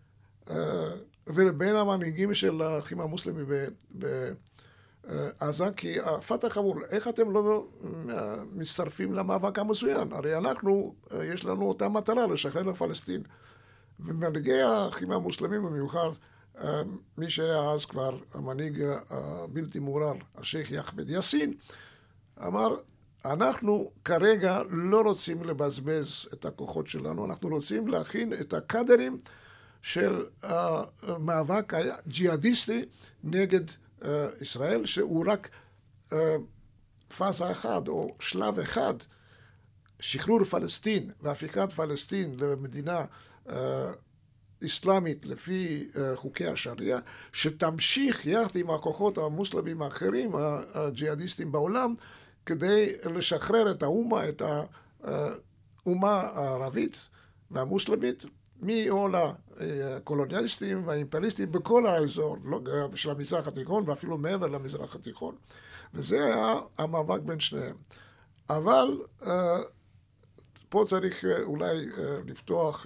ובין המנהיגים של האחים המוסלמים ב עזה, כי הפתח אמור, איך אתם לא מצטרפים למאבק המזוין? הרי אנחנו, יש לנו אותה מטרה, לשחרר לפלסטין. ומנהיגי האחים המוסלמים במיוחד, מי שהיה אז כבר המנהיג הבלתי מעורער, השייח אחמד יאסין, אמר, אנחנו כרגע לא רוצים לבזבז את הכוחות שלנו, אנחנו רוצים להכין את הקאדרים של המאבק הג'יהאדיסטי נגד ישראל, שהוא רק פאזה אחת או שלב אחד שחרור פלסטין והפיכת פלסטין למדינה אסלאמית לפי חוקי השריעה, שתמשיך יחד עם הכוחות המוסלמים האחרים, הג'יהאדיסטים בעולם, כדי לשחרר את האומה, את האומה הערבית והמוסלמית, מעול הקולוניאליסטים והאימפריאליסטים בכל האזור של המזרח התיכון ואפילו מעבר למזרח התיכון. וזה היה המאבק בין שניהם. אבל פה צריך אולי לפתוח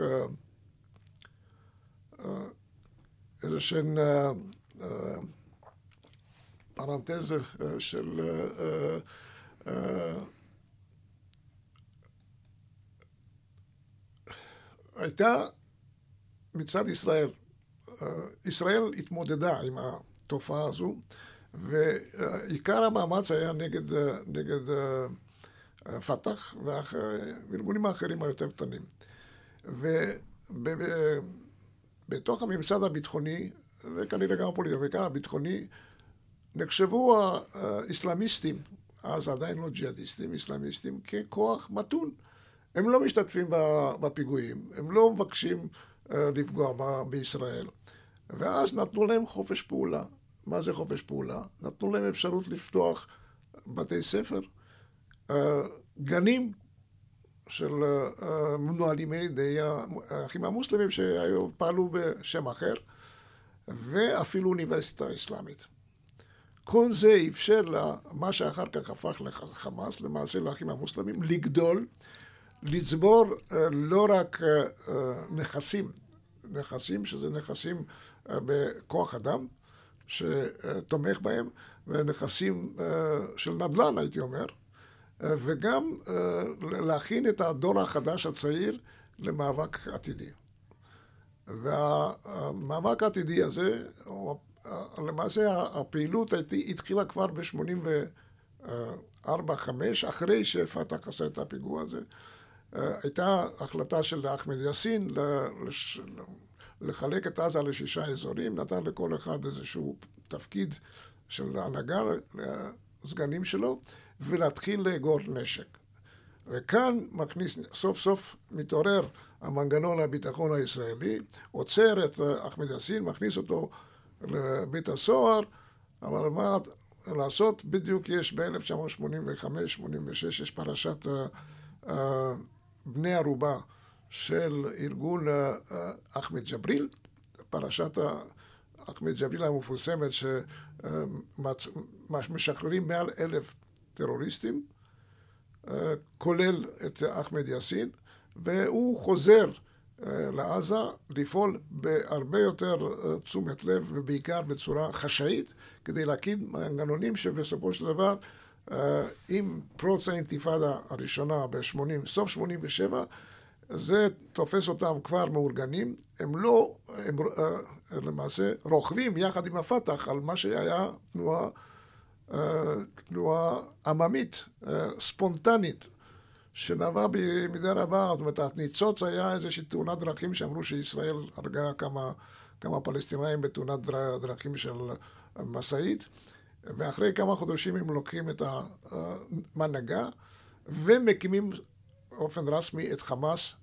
איזה שהן פרנטזה של הייתה מצד ישראל. ישראל התמודדה עם התופעה הזו, ועיקר המאמץ היה נגד, נגד פתח והארגונים האחרים היותר קטנים. ובתוך הממסד הביטחוני, וכנראה גם הפוליטי, וכאן הביטחוני, נחשבו האסלאמיסטים, אז עדיין לא ג'יהאדיסטים, אסלאמיסטים, ככוח מתון. הם לא משתתפים בפיגועים, הם לא מבקשים לפגוע בישראל. ואז נתנו להם חופש פעולה. מה זה חופש פעולה? נתנו להם אפשרות לפתוח בתי ספר, גנים של מנוהלים על ידי האחים המוסלמים שפעלו בשם אחר, ואפילו אוניברסיטה אסלאמית. כל זה אפשר למה שאחר כך הפך לחמאס, למעשה לאחים המוסלמים, לגדול, לצבור לא רק נכסים, נכסים שזה נכסים בכוח אדם שתומך בהם, ונכסים של נדל"ן הייתי אומר, וגם להכין את הדור החדש הצעיר למאבק עתידי. והמאבק העתידי הזה, למעשה הפעילות התחילה כבר ב-שמונים וארבע חמש, אחרי שפתח עשה את הפיגוע הזה. הייתה החלטה של אחמד יאסין לחלק את עזה לשישה אזורים, נתן לכל אחד איזשהו תפקיד של הנהגה לסגנים שלו, ולהתחיל לאגור נשק. וכאן מכניס, סוף סוף מתעורר המנגנון הביטחון הישראלי, עוצר את אחמד יאסין, מכניס אותו לבית הסוהר, אבל מה לעשות? בדיוק יש ב-אלף תשע מאות שמונים וחמש שמונים ושש יש פרשת uh, uh, בני ערובה של ארגון uh, אחמד ג'בריל, פרשת אחמד ג'בריל המפורסמת שמשחררים uh, מעל אלף טרוריסטים, uh, כולל את אחמד יאסין, והוא חוזר uh, לעזה לפעול בהרבה יותר uh, תשומת לב ובעיקר בצורה חשאית, כדי להקים מנגנונים שבסופו של דבר uh, עם פרוץ האינתיפאדה הראשונה ב-שמונים, סוף שמונים ושבע, זה תופס אותם כבר מאורגנים, הם לא, הם uh, למעשה רוכבים יחד עם הפתח על מה שהיה תנועה, uh, תנועה עממית, uh, ספונטנית, שנבע במידה רבה, זאת אומרת, הניצוץ היה איזושהי תאונת דרכים שאמרו שישראל הרגה כמה, כמה פלסטינאים בתאונת דרכים של מסעית, ואחרי כמה חודשים הם לוקחים את המנהגה, ומקימים באופן רסמי את חמאס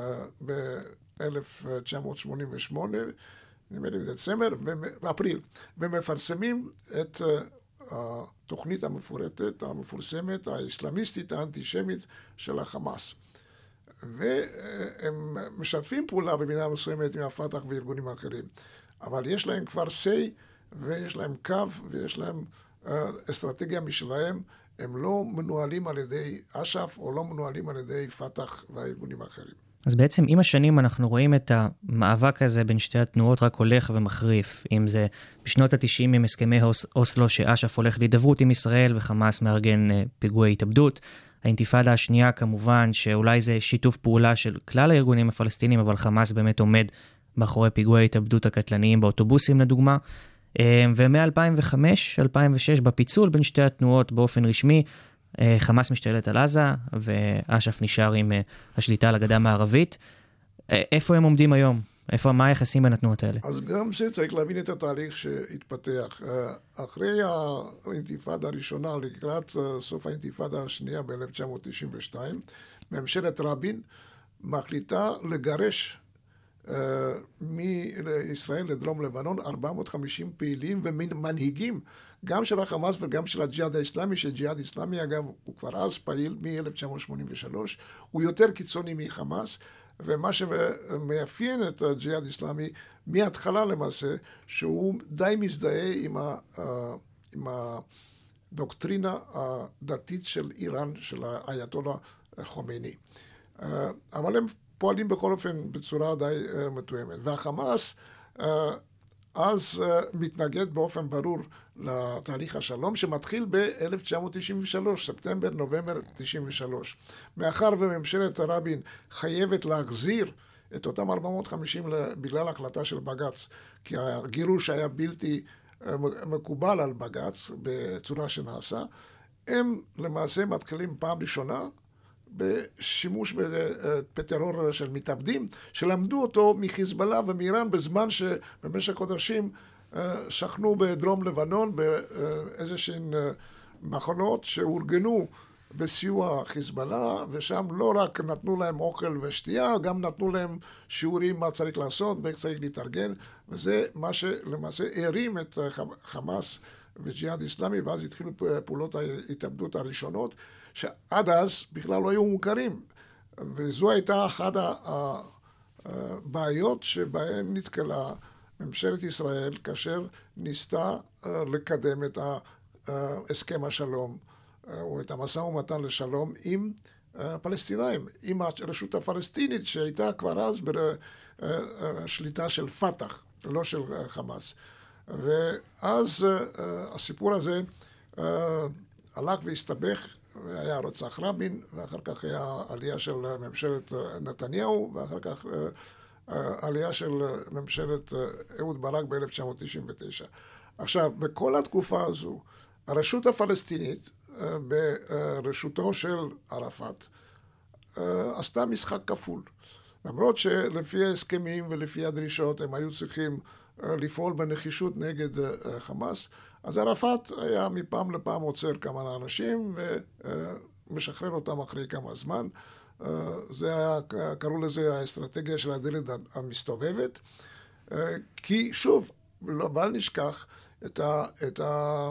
ב-אלף תשע מאות שמונים ושמונה, נדמה לי בדצמבר, באפריל, ומפרסמים את התוכנית המפורטת, המפורסמת, האסלאמיסטית, האנטישמית של החמאס. והם משתפים פעולה במידה מסוימת עם הפתח וארגונים אחרים. אבל יש להם כבר say, ויש להם קו, ויש להם אסטרטגיה משלהם. הם לא מנוהלים על ידי אש"ף, או לא מנוהלים על ידי פתח והארגונים האחרים. אז בעצם עם השנים אנחנו רואים את המאבק הזה בין שתי התנועות רק הולך ומחריף. אם זה בשנות ה-תשעים עם הסכמי אוסלו שאש"ף הולך להידברות עם ישראל וחמאס מארגן פיגועי התאבדות. האינתיפאדה השנייה כמובן שאולי זה שיתוף פעולה של כלל הארגונים הפלסטינים, אבל חמאס באמת עומד מאחורי פיגועי התאבדות הקטלניים באוטובוסים לדוגמה. ומ-אלפיים וחמש אלפיים ושש בפיצול בין שתי התנועות באופן רשמי, חמאס משתלט על עזה, ואש"ף נשאר עם השליטה על הגדה המערבית. איפה הם עומדים היום? איפה, מה היחסים בין התנועות האלה? אז גם זה צריך להבין את התהליך שהתפתח. אחרי האינתיפאדה הראשונה, לקראת סוף האינתיפאדה השנייה ב-אלף תשע מאות תשעים ושתיים, ממשלת רבין מחליטה לגרש uh, מישראל לדרום לבנון ארבע מאות וחמישים פעילים ומנהיגים, גם של החמאס וגם של הג'יהאד האסלאמי, שג'יהאד האסלאמי אגב הוא כבר אז פעיל מ-אלף תשע מאות שמונים ושלוש, הוא יותר קיצוני מחמאס, ומה שמאפיין את הג'יהאד האסלאמי מההתחלה למעשה, שהוא די מזדהה עם, ה, עם הדוקטרינה הדתית של איראן, של האייתולה חומייני. אבל הם פועלים בכל אופן בצורה די מתואמת. והחמאס אז מתנגד באופן ברור לתהליך השלום שמתחיל ב-אלף תשע מאות תשעים ושלוש, ספטמבר, נובמבר תשעים ושלוש. מאחר וממשלת רבין חייבת להחזיר את אותם ארבע מאות וחמישים בגלל החלטה של בג"ץ, כי הגירוש היה בלתי מקובל על בג"ץ בצורה שנעשה, הם למעשה מתחילים פעם ראשונה בשימוש בטרור של מתאבדים, שלמדו אותו מחיזבאללה ומאיראן בזמן שבמשך חודשים שכנו בדרום לבנון באיזשהן מחנות שאורגנו בסיוע חיזבאללה, ושם לא רק נתנו להם אוכל ושתייה, גם נתנו להם שיעורים מה צריך לעשות ואיך צריך להתארגן, וזה מה שלמעשה הרים את חמאס וג'יהאד אסלאמי, ואז התחילו פעולות ההתאבדות הראשונות, שעד אז בכלל לא היו מוכרים. וזו הייתה אחת הבעיות שבהן נתקלה ממשלת ישראל, כאשר ניסתה לקדם את הסכם השלום, או את המשא ומתן לשלום עם הפלסטינאים, עם הרשות הפלסטינית שהייתה כבר אז בשליטה של פתח, לא של חמאס. ואז הסיפור הזה הלך והסתבך, היה רצח רבין, ואחר כך היה עלייה של ממשלת נתניהו, ואחר כך עלייה של ממשלת אהוד ברק ב-אלף תשע מאות תשעים ותשע. עכשיו, בכל התקופה הזו, הרשות הפלסטינית, ברשותו של ערפאת, עשתה משחק כפול. למרות שלפי ההסכמים ולפי הדרישות הם היו צריכים לפעול בנחישות נגד חמאס, אז ערפאת היה מפעם לפעם עוצר כמה אנשים ומשחרר אותם אחרי כמה זמן. זה היה, קראו לזה האסטרטגיה של הדלת המסתובבת, כי שוב, בל נשכח את ה... את ה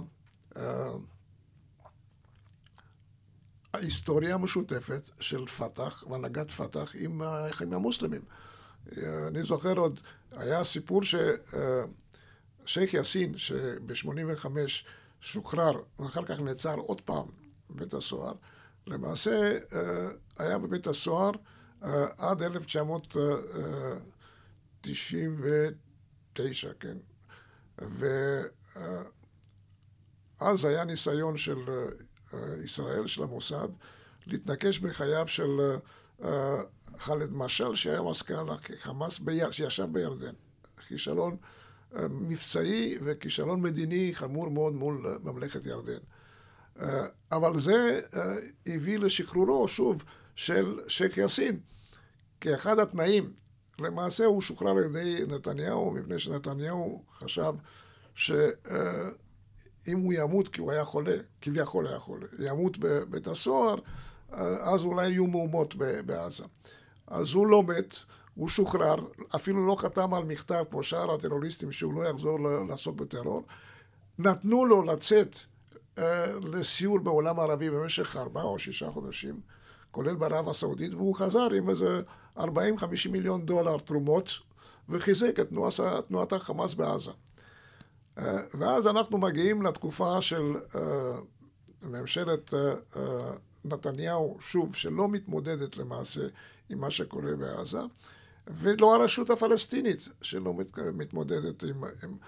ההיסטוריה המשותפת של פתח, והנהגת פתח עם, עם המוסלמים. אני זוכר עוד, היה סיפור ששייך יאסין, שב-שמונים וחמש שוחרר, ואחר כך נעצר עוד פעם בבית הסוהר, למעשה היה בבית הסוהר עד אלף תשע מאות תשעים ותשע, כן. ואז היה ניסיון של ישראל, של המוסד, להתנקש בחייו של ח'אלד משעל, שהיה מזכ"ל החמאס שישב בירדן. כישלון מבצעי וכישלון מדיני חמור מאוד מול ממלכת ירדן. אבל זה הביא לשחרורו, שוב, של שייך יאסין, כאחד התנאים. למעשה הוא שוחרר על ידי נתניהו, מפני שנתניהו חשב ש... אם הוא ימות, כי הוא היה חולה, כביכול היה חולה, ימות בבית הסוהר, אז אולי יהיו מהומות בעזה. אז הוא לא מת, הוא שוחרר, אפילו לא חתם על מכתב כמו שאר הטרוריסטים שהוא לא יחזור לעסוק בטרור. נתנו לו לצאת לסיור בעולם הערבי במשך ארבעה או שישה חודשים, כולל בערב הסעודית, והוא חזר עם איזה ארבעים חמישים מיליון דולר תרומות, וחיזק את תנועת החמאס בעזה. ואז אנחנו מגיעים לתקופה של ממשלת נתניהו, שוב, שלא מתמודדת למעשה עם מה שקורה בעזה, ולא הרשות הפלסטינית שלא מתמודדת עם...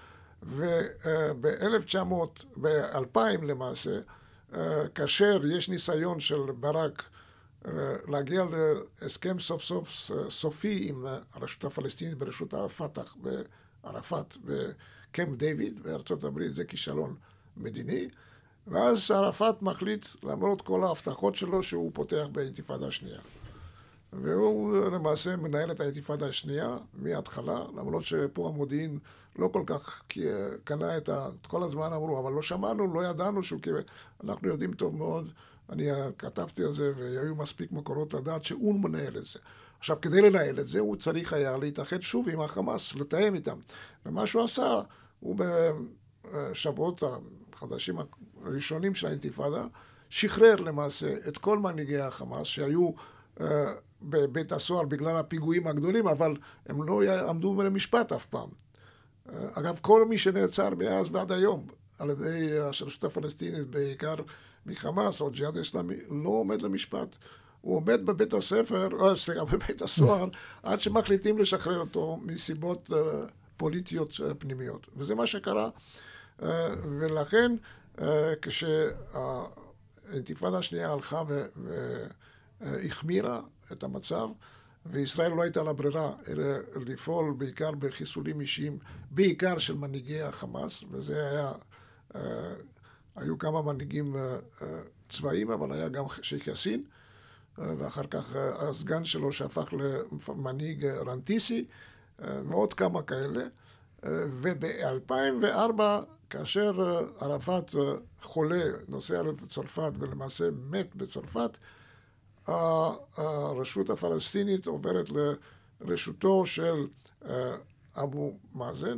וב-אלף תשע מאות, ב-אלפיים למעשה, כאשר יש ניסיון של ברק להגיע להסכם סוף סוף סופי עם הרשות הפלסטינית ברשות הפתח בערפאת, קמפ דיוויד בארצות הברית, זה כישלון מדיני, ואז ערפאת מחליט, למרות כל ההבטחות שלו, שהוא פותח באינתיפאדה השנייה. והוא למעשה מנהל את האינתיפאדה השנייה מההתחלה, למרות שפה המודיעין לא כל כך קנה את ה... כל הזמן אמרו, אבל לא שמענו, לא ידענו שהוא קיבל. אנחנו יודעים טוב מאוד אני כתבתי על זה, והיו מספיק מקורות לדעת שהוא מנהל את זה. עכשיו, כדי לנהל את זה, הוא צריך היה להתאחד שוב עם החמאס, לתאם איתם. ומה שהוא עשה, הוא בשבועות החדשים הראשונים של האינתיפאדה, שחרר למעשה את כל מנהיגי החמאס שהיו uh, בבית הסוהר בגלל הפיגועים הגדולים, אבל הם לא עמדו למשפט אף פעם. Uh, אגב, כל מי שנעצר מאז ועד היום, על ידי הרשות הפלסטינית, בעיקר מחמאס או ג'יהאד אסלאמי, לא עומד למשפט. הוא עומד בבית הספר, או סליחה, בבית הסוהר, עד שמחליטים לשחרר אותו מסיבות uh, פוליטיות uh, פנימיות. וזה מה שקרה. Uh, ולכן, uh, כשהאינתיפאדה השנייה הלכה והחמירה את המצב, וישראל לא הייתה לה ברירה, אלא לפעול בעיקר בחיסולים אישיים, בעיקר של מנהיגי החמאס, וזה היה, uh, היו כמה מנהיגים uh, uh, צבאיים, אבל היה גם שייח יאסין, ואחר כך הסגן שלו שהפך למנהיג רנטיסי, ועוד כמה כאלה. וב-אלפיים וארבע, כאשר ערפאת חולה, נוסע לצרפת ולמעשה מת בצרפת, הרשות הפלסטינית עוברת לרשותו של אבו מאזן,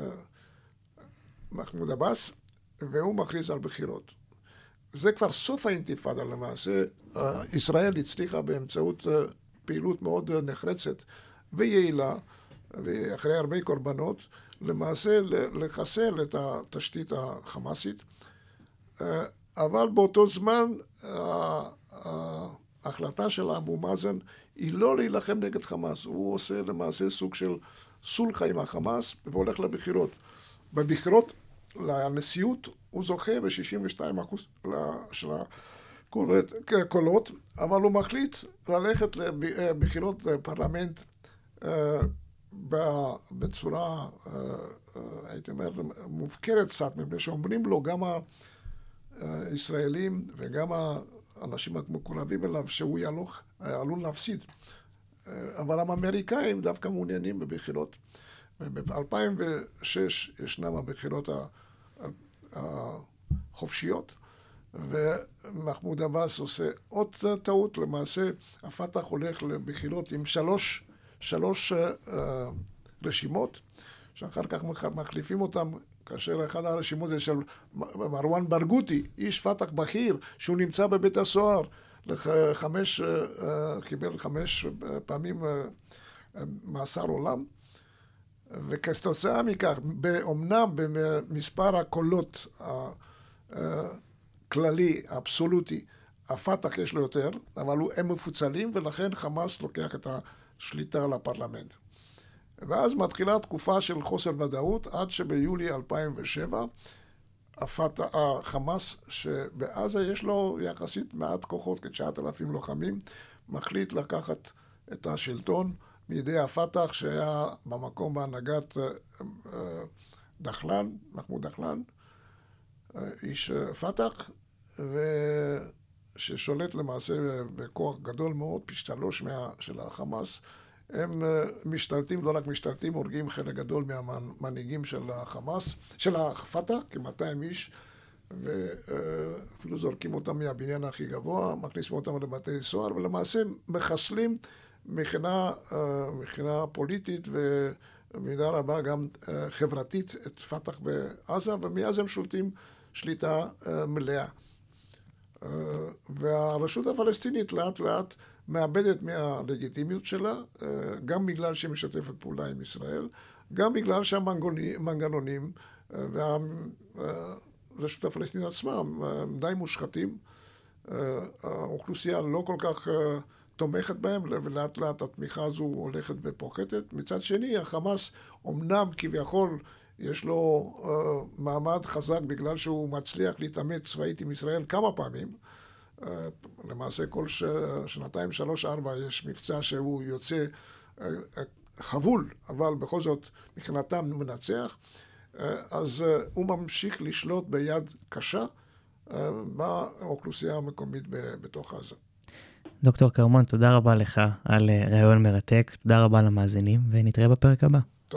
מחמוד עבאס, והוא מכריז על בחירות. זה כבר סוף האינתיפאדה למעשה. ישראל הצליחה באמצעות פעילות מאוד נחרצת ויעילה, ואחרי הרבה קורבנות, למעשה לחסל את התשתית החמאסית. אבל באותו זמן, ההחלטה של אבו מאזן היא לא להילחם נגד חמאס. הוא עושה למעשה סוג של סולחה עם החמאס והולך לבחירות. בבחירות לנשיאות הוא זוכה ב-שישים ושתיים אחוז של הקולות, אבל הוא מחליט ללכת לבחירות לפרלמנט בצורה, הייתי אומר, מופקרת קצת, מפני שאומרים לו גם הישראלים וגם האנשים המקורבים אליו שהוא ילוך, עלול להפסיד. אבל האמריקאים דווקא מעוניינים בבחירות. וב-אלפיים ושש ישנם הבחירות החופשיות, ומחמוד עבאס עושה עוד טעות. למעשה, הפתח הולך לבחירות עם שלוש, שלוש uh, רשימות, שאחר כך מחליפים אותם, כאשר אחד הרשימות זה של מרואן ברגותי, איש פתח בכיר, שהוא נמצא בבית הסוהר, לחמש, uh, קיבל חמש פעמים uh, מאסר עולם. וכתוצאה מכך, אומנם במספר הקולות הכללי, האבסולוטי, הפתח יש לו יותר, אבל הם מפוצלים, ולכן חמאס לוקח את השליטה על הפרלמנט. ואז מתחילה תקופה של חוסר ודאות, עד שביולי אלפיים ושבע, הפתח, החמאס, שבעזה יש לו יחסית מעט כוחות, כ-תשעת אלפים לוחמים, מחליט לקחת את השלטון, מידי הפתח שהיה במקום בהנהגת דחלן, מחמוד דחלן, איש פתח, וששולט למעשה בכוח גדול מאוד, פי שלוש של החמאס. הם משתלטים, לא רק משתלטים, הורגים חלק גדול מהמנהיגים של החמאס, של הפתח, כ-מאתיים איש, ואפילו זורקים אותם מהבניין הכי גבוה, מכניסים אותם לבתי סוהר, ולמעשה מחסלים מבחינה, מבחינה פוליטית ובמידה רבה גם חברתית את פתח בעזה, ומאז הם שולטים שליטה מלאה. והרשות הפלסטינית לאט לאט מאבדת מהלגיטימיות שלה, גם בגלל שהיא משתפת פעולה עם ישראל, גם בגלל שהמנגנונים והרשות הפלסטינית עצמה די מושחתים. האוכלוסייה לא כל כך תומכת בהם, ולאט לאט התמיכה הזו הולכת ופוחתת. מצד שני, החמאס אומנם כביכול יש לו uh, מעמד חזק בגלל שהוא מצליח להתעמת צבאית עם ישראל כמה פעמים. Uh, למעשה כל ש... שנתיים, שלוש, ארבע יש מבצע שהוא יוצא uh, uh, חבול, אבל בכל זאת מבחינתם מנצח. Uh, אז uh, הוא ממשיך לשלוט ביד קשה uh, באוכלוסייה המקומית בתוך עזה. דוקטור כרמון, תודה רבה לך על רעיון מרתק, תודה רבה למאזינים, ונתראה בפרק הבא.